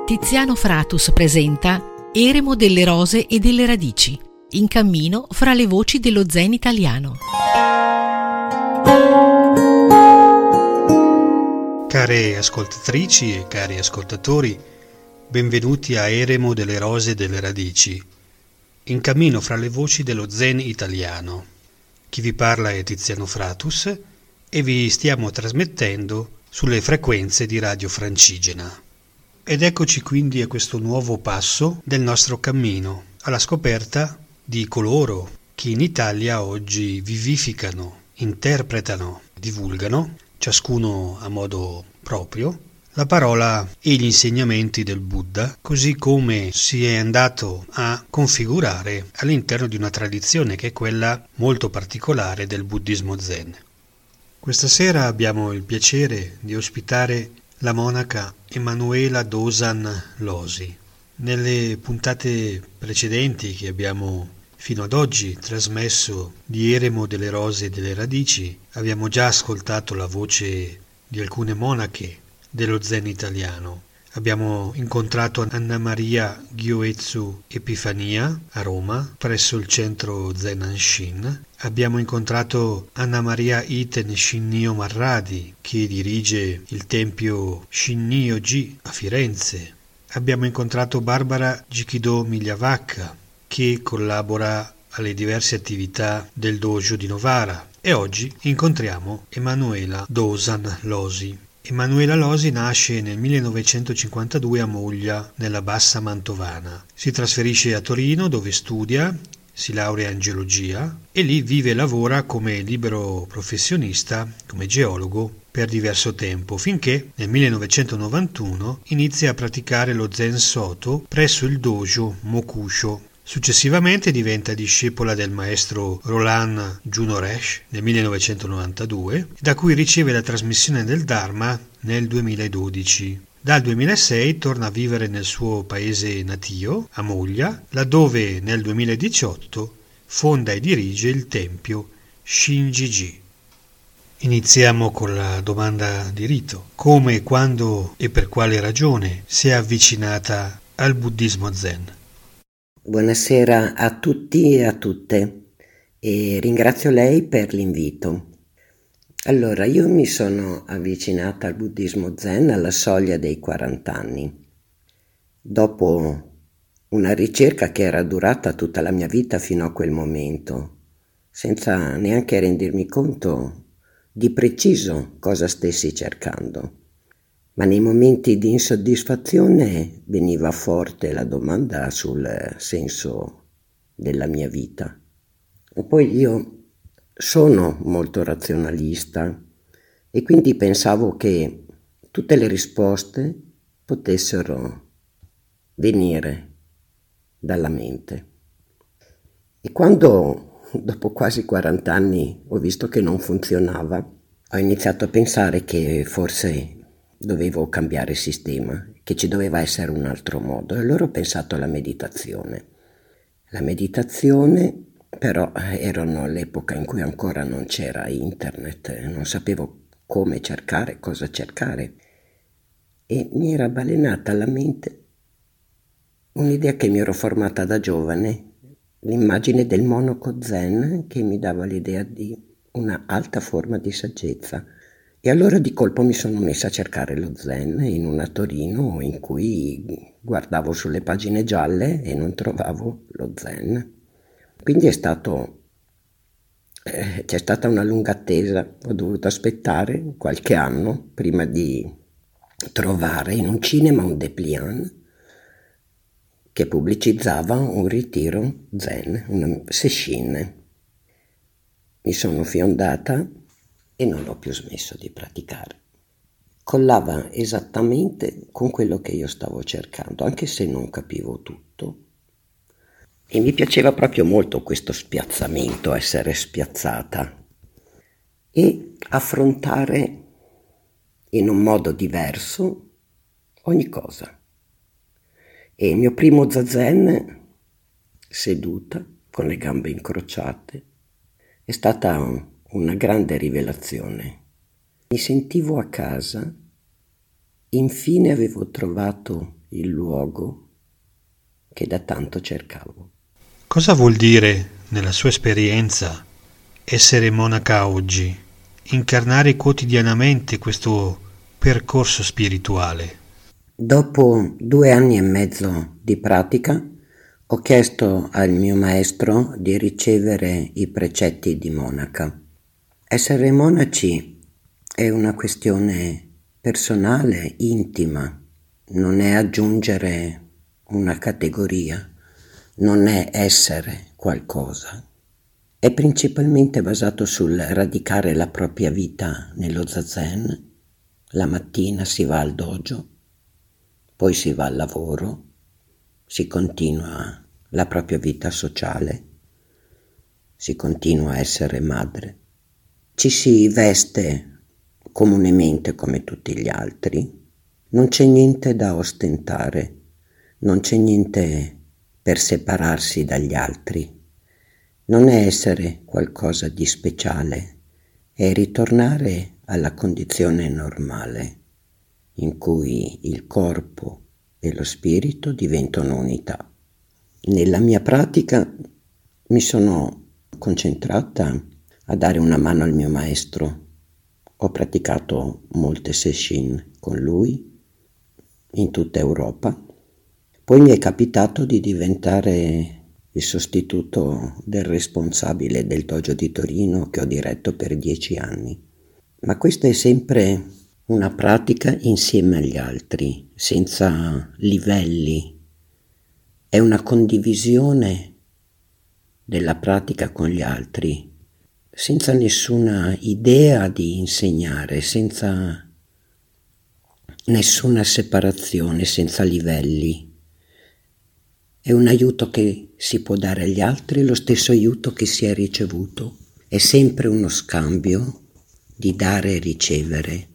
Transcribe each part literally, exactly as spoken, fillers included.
Tiziano Fratus presenta Eremo delle rose e delle radici, in cammino fra le voci dello zen italiano. Care ascoltatrici e cari ascoltatori, benvenuti a Eremo delle rose e delle radici, in cammino fra le voci dello zen italiano. Chi vi parla è Tiziano Fratus e vi stiamo trasmettendo sulle frequenze di Radio Francigena. Ed eccoci quindi a questo nuovo passo del nostro cammino, alla scoperta di coloro che in Italia oggi vivificano, interpretano, divulgano, ciascuno a modo proprio, la parola e gli insegnamenti del Buddha, così come si è andato a configurare all'interno di una tradizione che è quella molto particolare del buddismo zen. Questa sera abbiamo il piacere di ospitare la monaca Emanuela Dosan Losi. Nelle puntate precedenti che abbiamo fino ad oggi trasmesso di Eremo delle rose e delle radici, abbiamo già ascoltato la voce di alcune monache dello zen italiano. Abbiamo incontrato Anna Maria Gyoetsu Epifania a Roma, presso il centro Zen Anshin. Abbiamo incontrato Anna Maria Iten Shinnyo Marradi, che dirige il tempio Shinnyo-ji a Firenze. Abbiamo incontrato Barbara Jikido Migliavacca, che collabora alle diverse attività del dojo di Novara. E oggi incontriamo Emanuela Dosan Losi. Emanuela Losi nasce nel millenovecentocinquantadue a Moglia, nella Bassa Mantovana. Si trasferisce a Torino, dove studia, si laurea in geologia e lì vive e lavora come libero professionista, come geologo, per diverso tempo, finché nel millenovecentonovantuno inizia a praticare lo Zen Soto presso il dojo Mokusho. Successivamente diventa discepola del maestro Roland Junoresh nel millenovecentonovantadue, da cui riceve la trasmissione del Dharma nel duemiladodici. Dal duemilasei torna a vivere nel suo paese natio, a Moglia, laddove nel duemiladiciotto fonda e dirige il tempio Shinji-ji. Iniziamo con la domanda di rito. Come, quando e per quale ragione si è avvicinata al buddismo zen? Buonasera a tutti e a tutte e ringrazio lei per l'invito. Allora, io mi sono avvicinata al buddismo zen alla soglia dei quaranta anni, dopo una ricerca che era durata tutta la mia vita fino a quel momento, senza neanche rendermi conto di preciso cosa stessi cercando. Ma nei momenti di insoddisfazione veniva forte la domanda sul senso della mia vita. E poi io sono molto razionalista e quindi pensavo che tutte le risposte potessero venire dalla mente. E quando, dopo quasi quaranta anni, ho visto che non funzionava, ho iniziato a pensare che forse dovevo cambiare sistema, che ci doveva essere un altro modo, e allora ho pensato alla meditazione. La meditazione, però, erano all'epoca in cui ancora non c'era internet, non sapevo come cercare, cosa cercare, e mi era balenata alla mente un'idea che mi ero formata da giovane, l'immagine del monaco zen che mi dava l'idea di una alta forma di saggezza. E allora di colpo mi sono messa a cercare lo zen in una Torino in cui guardavo sulle pagine gialle e non trovavo lo zen. Quindi è stato, eh, c'è stata una lunga attesa, ho dovuto aspettare qualche anno prima di trovare in un cinema un dépliant che pubblicizzava un ritiro zen, una sesshin. Mi sono fiondata e non ho più smesso di praticare. Collava esattamente con quello che io stavo cercando, anche se non capivo tutto. E mi piaceva proprio molto questo spiazzamento, essere spiazzata e affrontare in un modo diverso ogni cosa. E il mio primo zazen, seduta, con le gambe incrociate, è stata un una grande rivelazione. Mi sentivo a casa, infine avevo trovato il luogo che da tanto cercavo. Cosa vuol dire, nella sua esperienza, essere monaca oggi, incarnare quotidianamente questo percorso spirituale? Dopo due anni e mezzo di pratica, ho chiesto al mio maestro di ricevere i precetti di monaca. Essere monaci è una questione personale, intima, non è aggiungere una categoria, non è essere qualcosa. È principalmente basato sul radicare la propria vita nello zazen. La mattina si va al dojo, poi si va al lavoro, si continua la propria vita sociale, si continua a essere madre. Ci si veste comunemente come tutti gli altri, non c'è niente da ostentare, non c'è niente per separarsi dagli altri, non è essere qualcosa di speciale, è ritornare alla condizione normale, in cui il corpo e lo spirito diventano unità. Nella mia pratica mi sono concentrata a dare una mano al mio maestro. Ho praticato molte sesshin con lui in tutta Europa. Poi mi è capitato di diventare il sostituto del responsabile del dojo di Torino che ho diretto per dieci anni. Ma questa è sempre una pratica insieme agli altri, senza livelli. È una condivisione della pratica con gli altri, senza nessuna idea di insegnare, senza nessuna separazione, senza livelli. È un aiuto che si può dare agli altri, lo stesso aiuto che si è ricevuto. È sempre uno scambio di dare e ricevere,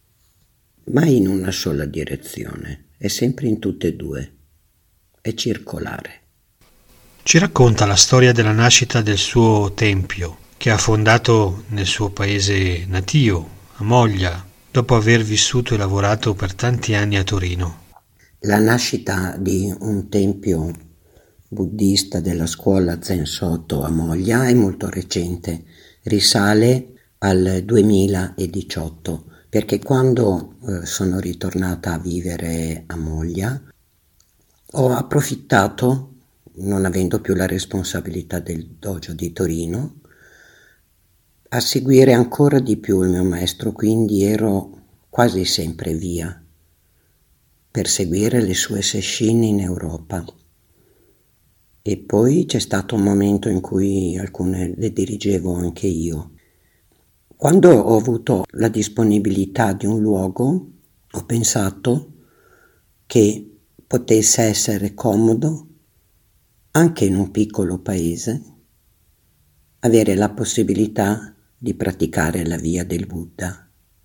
mai in una sola direzione, è sempre in tutte e due, è circolare. Ci racconta la storia della nascita del suo tempio, che ha fondato nel suo paese natio, a Moglia, dopo aver vissuto e lavorato per tanti anni a Torino. La nascita di un tempio buddista della scuola Zen Soto a Moglia è molto recente, risale al duemiladiciotto, perché quando eh, sono ritornata a vivere a Moglia ho approfittato, non avendo più la responsabilità del dojo di Torino, a seguire ancora di più il mio maestro, quindi ero quasi sempre via per seguire le sue sesshin in Europa. E poi c'è stato un momento in cui alcune le dirigevo anche io. Quando ho avuto la disponibilità di un luogo, ho pensato che potesse essere comodo, anche in un piccolo paese, avere la possibilità di praticare la via del Buddha.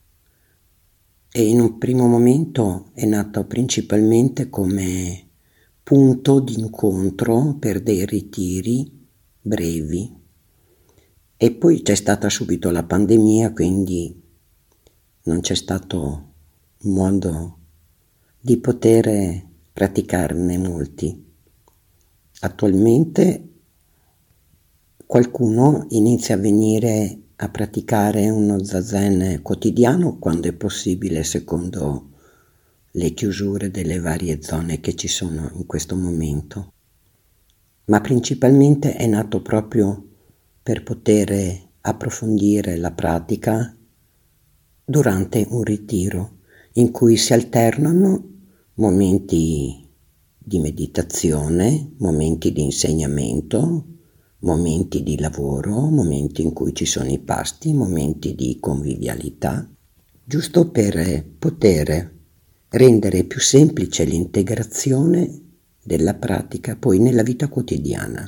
E in un primo momento è nato principalmente come punto di incontro per dei ritiri brevi. E poi c'è stata subito la pandemia, quindi non c'è stato modo di poter praticarne molti. Attualmente qualcuno inizia a venire a praticare uno zazen quotidiano quando è possibile, secondo le chiusure delle varie zone che ci sono in questo momento. Ma principalmente è nato proprio per poter approfondire la pratica durante un ritiro in cui si alternano momenti di meditazione, momenti di insegnamento, momenti di lavoro, momenti in cui ci sono i pasti, momenti di convivialità, giusto per poter rendere più semplice l'integrazione della pratica poi nella vita quotidiana.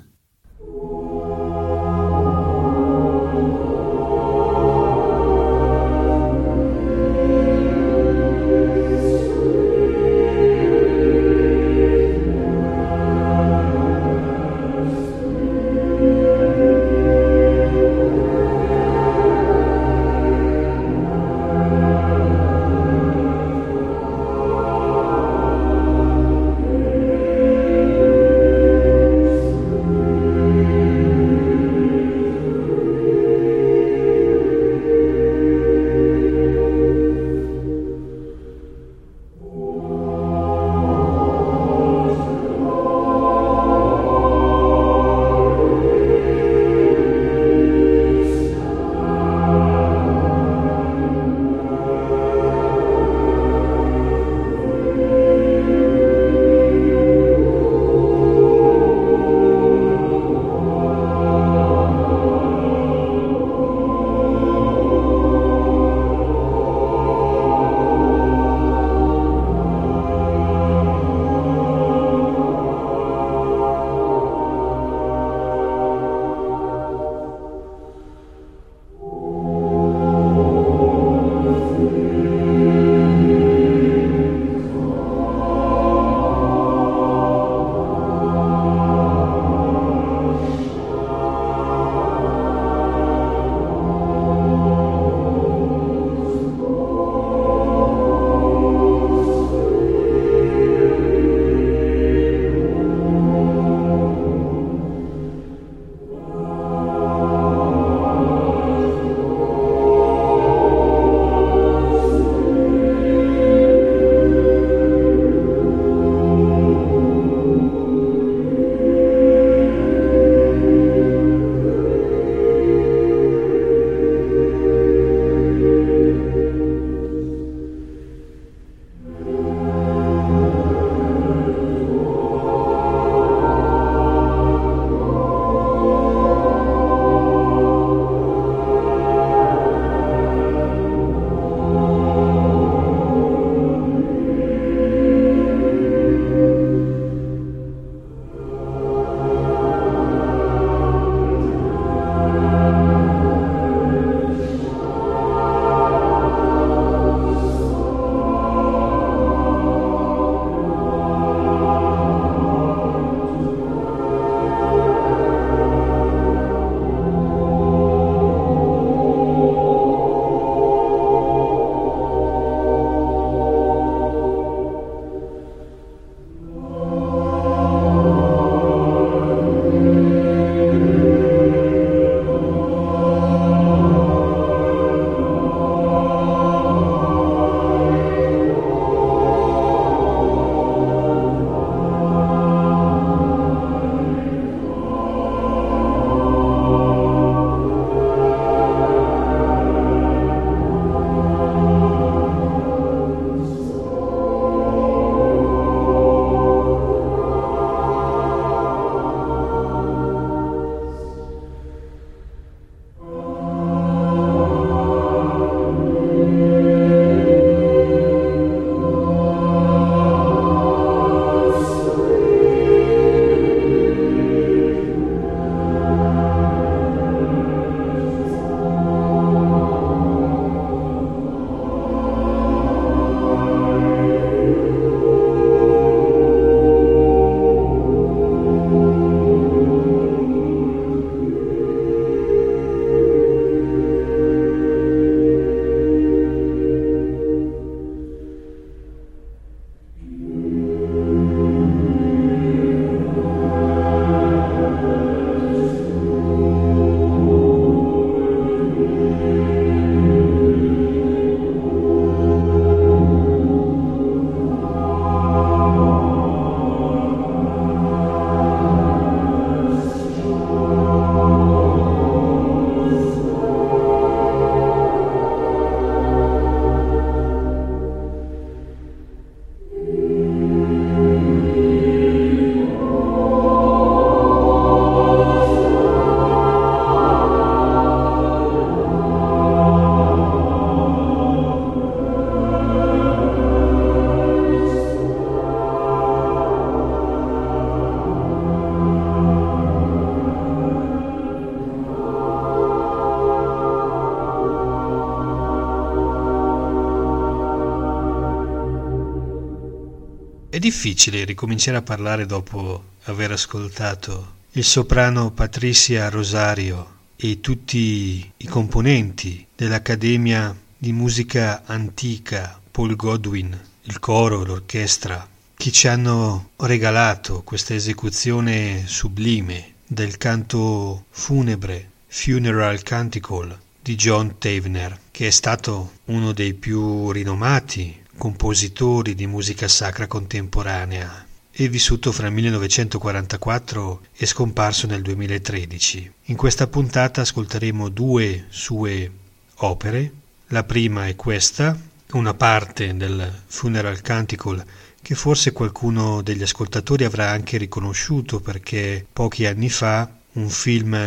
È difficile ricominciare a parlare dopo aver ascoltato il soprano Patricia Rosario e tutti i componenti dell'Accademia di Musica Antica Paul Godwin, il coro, l'orchestra, che ci hanno regalato questa esecuzione sublime del canto funebre Funeral Canticle di John Tavener, che è stato uno dei più rinomati compositori di musica sacra contemporanea, è vissuto fra il millenovecentoquarantaquattro e scomparso nel duemilatredici. In questa puntata ascolteremo due sue opere. La prima è questa, una parte del Funeral Canticle che forse qualcuno degli ascoltatori avrà anche riconosciuto, perché pochi anni fa un film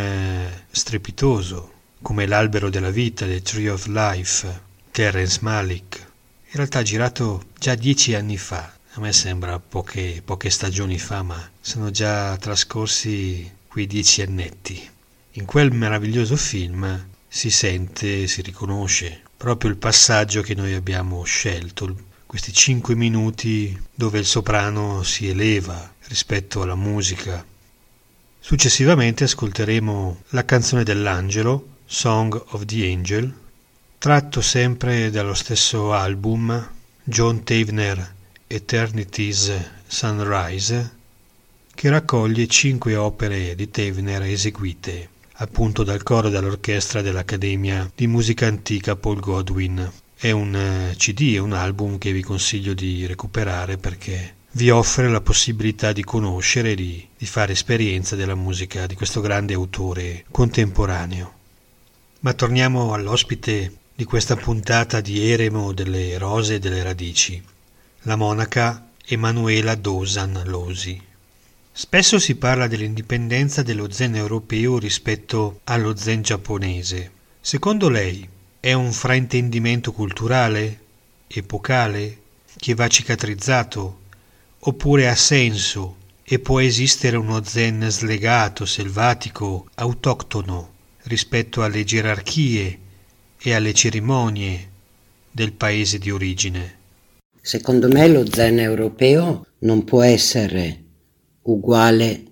strepitoso come L'albero della vita, The Tree of Life, Terrence Malick, in realtà girato già dieci anni fa. A me sembra poche, poche stagioni fa, ma sono già trascorsi quei dieci annetti. In quel meraviglioso film si sente, si riconosce proprio il passaggio che noi abbiamo scelto, questi cinque minuti dove il soprano si eleva rispetto alla musica. Successivamente ascolteremo la canzone dell'angelo, Song of the Angel, tratto sempre dallo stesso album, John Tavener Eternity's Sunrise, che raccoglie cinque opere di Tavener eseguite appunto dal coro e dall'orchestra dell'Accademia di Musica Antica Paul Godwin. È un C D, è un album che vi consiglio di recuperare perché vi offre la possibilità di conoscere e di, di fare esperienza della musica di questo grande autore contemporaneo. Ma torniamo all'ospite di questa puntata di Eremo delle Rose e delle Radici, la monaca Emanuela Dosan Losi. Spesso si parla dell'indipendenza dello zen europeo rispetto allo zen giapponese. Secondo lei è un fraintendimento culturale, epocale, che va cicatrizzato, oppure ha senso e può esistere uno zen slegato, selvatico, autoctono rispetto alle gerarchie e alle cerimonie del paese di origine? Secondo me lo zen europeo non può essere uguale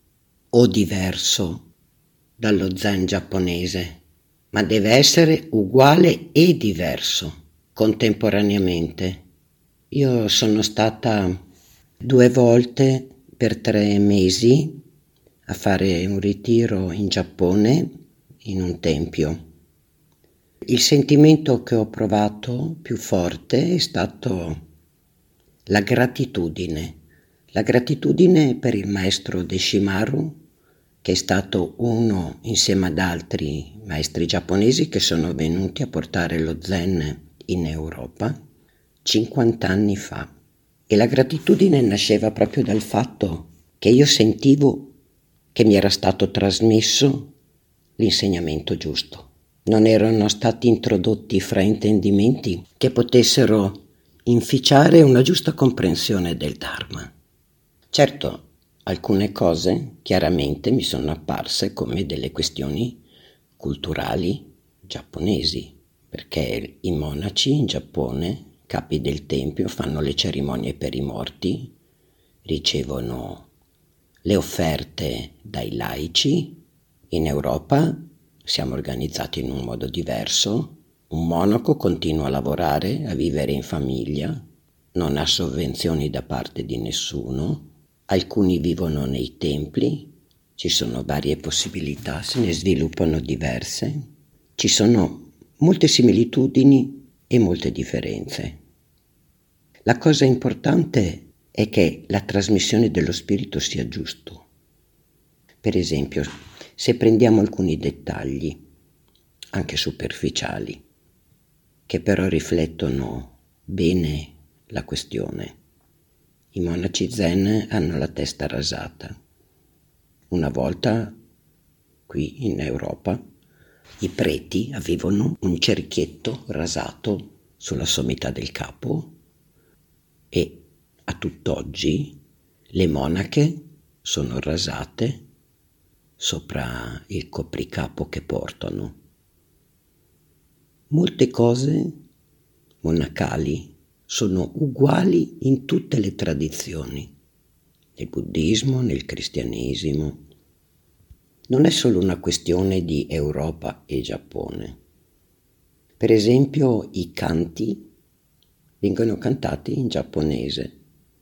o diverso dallo zen giapponese, ma deve essere uguale e diverso contemporaneamente. Io sono stata due volte per tre mesi a fare un ritiro in Giappone in un tempio. Il sentimento che ho provato più forte è stato la gratitudine. La gratitudine per il maestro Deshimaru, che è stato uno insieme ad altri maestri giapponesi che sono venuti a portare lo zen in Europa cinquanta anni fa. E la gratitudine nasceva proprio dal fatto che io sentivo che mi era stato trasmesso l'insegnamento giusto. Non erano stati introdotti fraintendimenti che potessero inficiare una giusta comprensione del Dharma. Certo, alcune cose chiaramente mi sono apparse come delle questioni culturali giapponesi, perché i monaci in Giappone, capi del tempio, fanno le cerimonie per i morti, ricevono le offerte dai laici. In Europa siamo organizzati in un modo diverso. Un monaco continua a lavorare, a vivere in famiglia, non ha sovvenzioni da parte di nessuno. Alcuni vivono nei templi, ci sono varie possibilità, se ne sviluppano diverse. Ci sono molte similitudini e molte differenze. La cosa importante è che la trasmissione dello spirito sia giusto. Per esempio, se prendiamo alcuni dettagli, anche superficiali, che però riflettono bene la questione. I monaci zen hanno la testa rasata. Una volta, qui in Europa, i preti avevano un cerchietto rasato sulla sommità del capo e a tutt'oggi le monache sono rasate sopra il copricapo che portano. Molte cose monacali sono uguali in tutte le tradizioni, nel buddismo, nel cristianesimo. Non è solo una questione di Europa e Giappone. Per esempio, i canti vengono cantati in giapponese.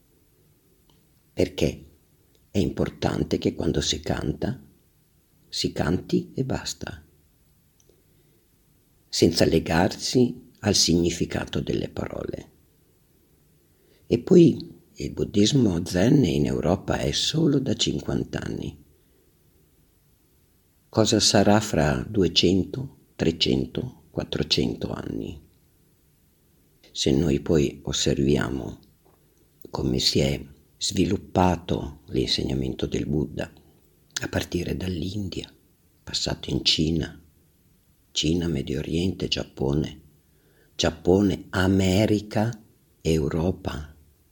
Perché è importante che quando si canta, si canti e basta, senza legarsi al significato delle parole. E poi il buddismo zen in Europa è solo da cinquanta anni. Cosa sarà fra duecento, trecento, quattrocento anni? Se noi poi osserviamo come si è sviluppato l'insegnamento del Buddha a partire dall'India, passato in Cina, Cina, Medio Oriente, Giappone, Giappone, America, Europa.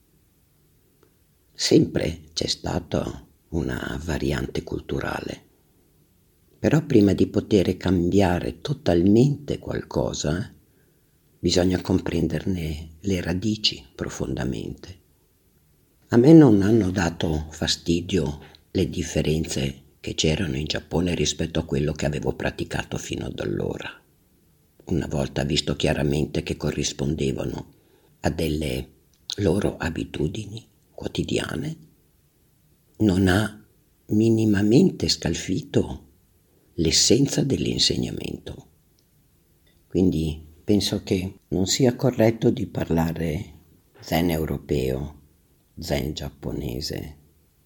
Sempre c'è stata una variante culturale. Però prima di poter cambiare totalmente qualcosa, bisogna comprenderne le radici profondamente. A me non hanno dato fastidio le differenze che c'erano in Giappone rispetto a quello che avevo praticato fino ad allora. Una volta visto chiaramente che corrispondevano a delle loro abitudini quotidiane, non ha minimamente scalfito l'essenza dell'insegnamento. Quindi penso che non sia corretto di parlare zen europeo, zen giapponese.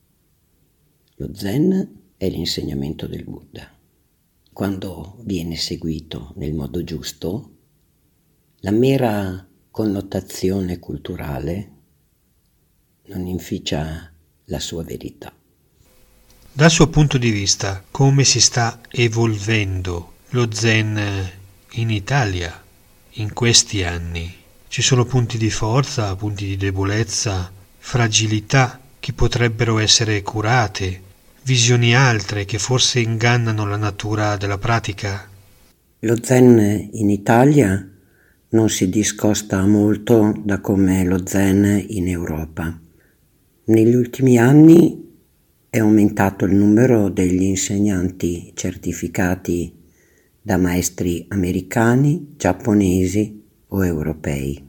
Lo zen è l'insegnamento del Buddha. Quando viene seguito nel modo giusto, la mera connotazione culturale non inficia la sua verità. Dal suo punto di vista, come si sta evolvendo lo zen in Italia in questi anni? Ci sono punti di forza, punti di debolezza, fragilità che potrebbero essere curate, visioni altre che forse ingannano la natura della pratica? Lo zen in Italia non si discosta molto da come è lo zen in Europa. Negli ultimi anni è aumentato il numero degli insegnanti certificati da maestri americani, giapponesi o europei.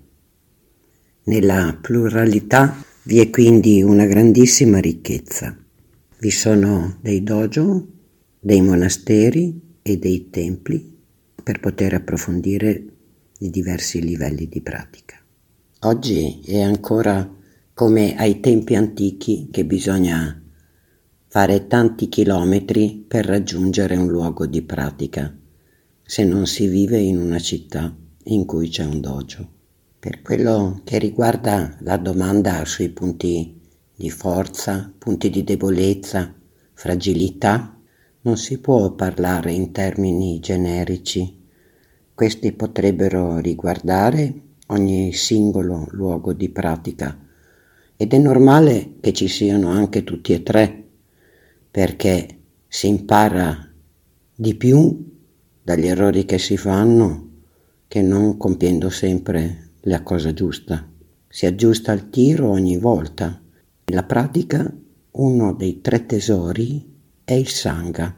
Nella pluralità vi è quindi una grandissima ricchezza. Vi sono dei dojo, dei monasteri e dei templi per poter approfondire i diversi livelli di pratica. Oggi è ancora come ai tempi antichi che bisogna fare tanti chilometri per raggiungere un luogo di pratica, se non si vive in una città in cui c'è un dojo. Per quello che riguarda la domanda sui punti di forza, punti di debolezza, fragilità, non si può parlare in termini generici. Questi potrebbero riguardare ogni singolo luogo di pratica ed è normale che ci siano anche tutti e tre, perché si impara di più dagli errori che si fanno che non compiendo sempre la cosa giusta. Si aggiusta il tiro ogni volta. Nella pratica uno dei tre tesori è il sangha,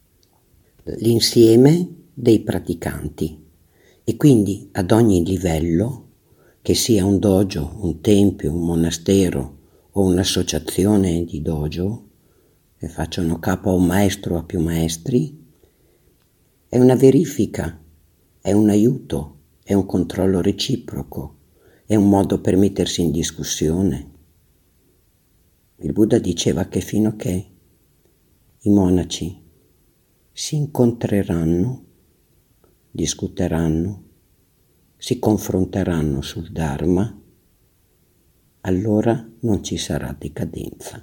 l'insieme dei praticanti, e quindi ad ogni livello, che sia un dojo, un tempio, un monastero o un'associazione di dojo che facciano capo a un maestro o a più maestri, è una verifica, è un aiuto, è un controllo reciproco, è un modo per mettersi in discussione. Il Buddha diceva che fino a che i monaci si incontreranno, discuteranno, si confronteranno sul Dharma, allora non ci sarà decadenza.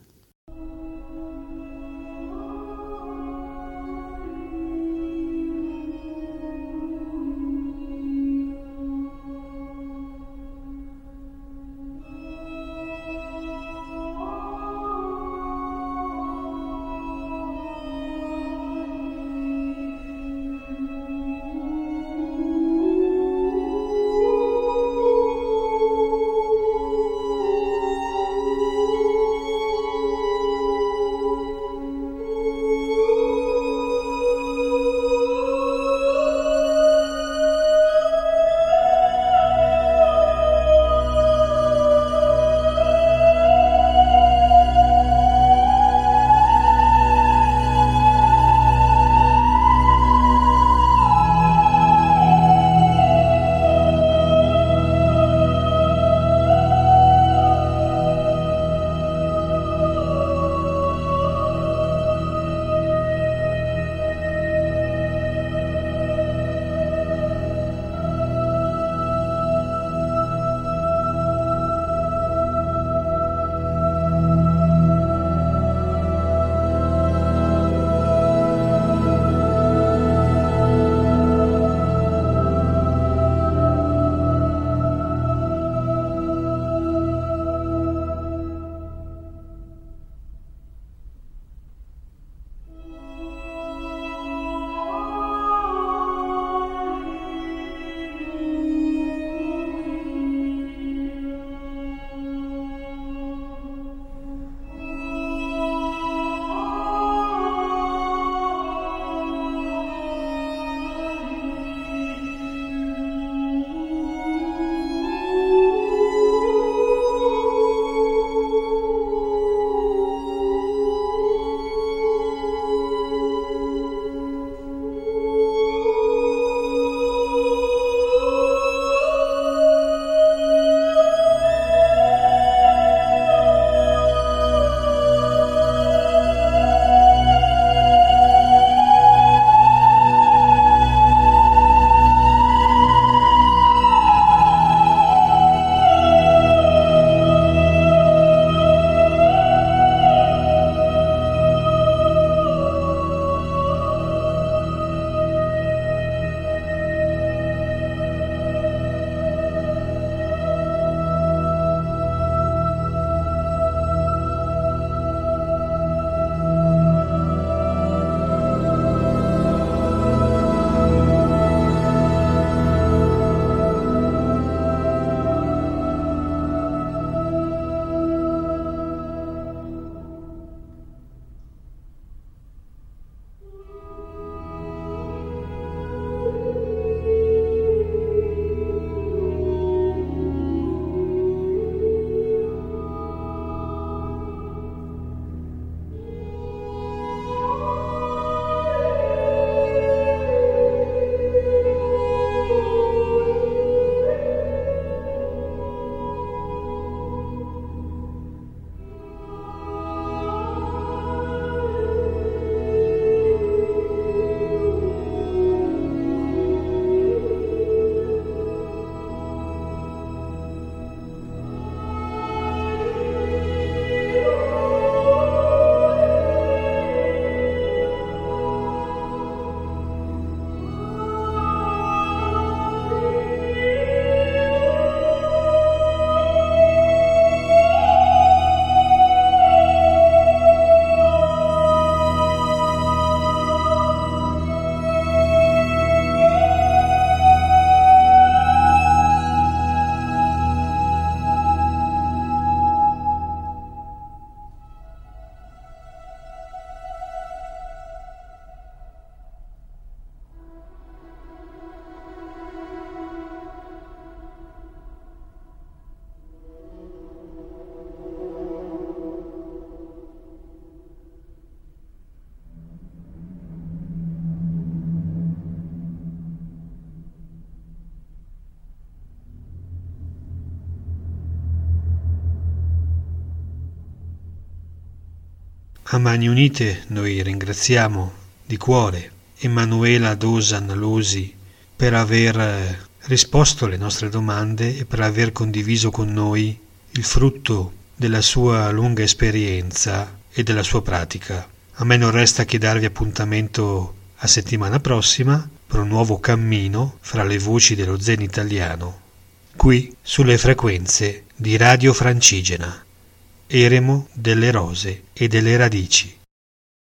A Mani Unite noi ringraziamo di cuore Emanuela Dosan Losi per aver risposto alle nostre domande e per aver condiviso con noi il frutto della sua lunga esperienza e della sua pratica. A me non resta che darvi appuntamento a settimana prossima per un nuovo cammino fra le voci dello Zen italiano, qui sulle frequenze di Radio Francigena, Eremo delle Rose e delle Radici.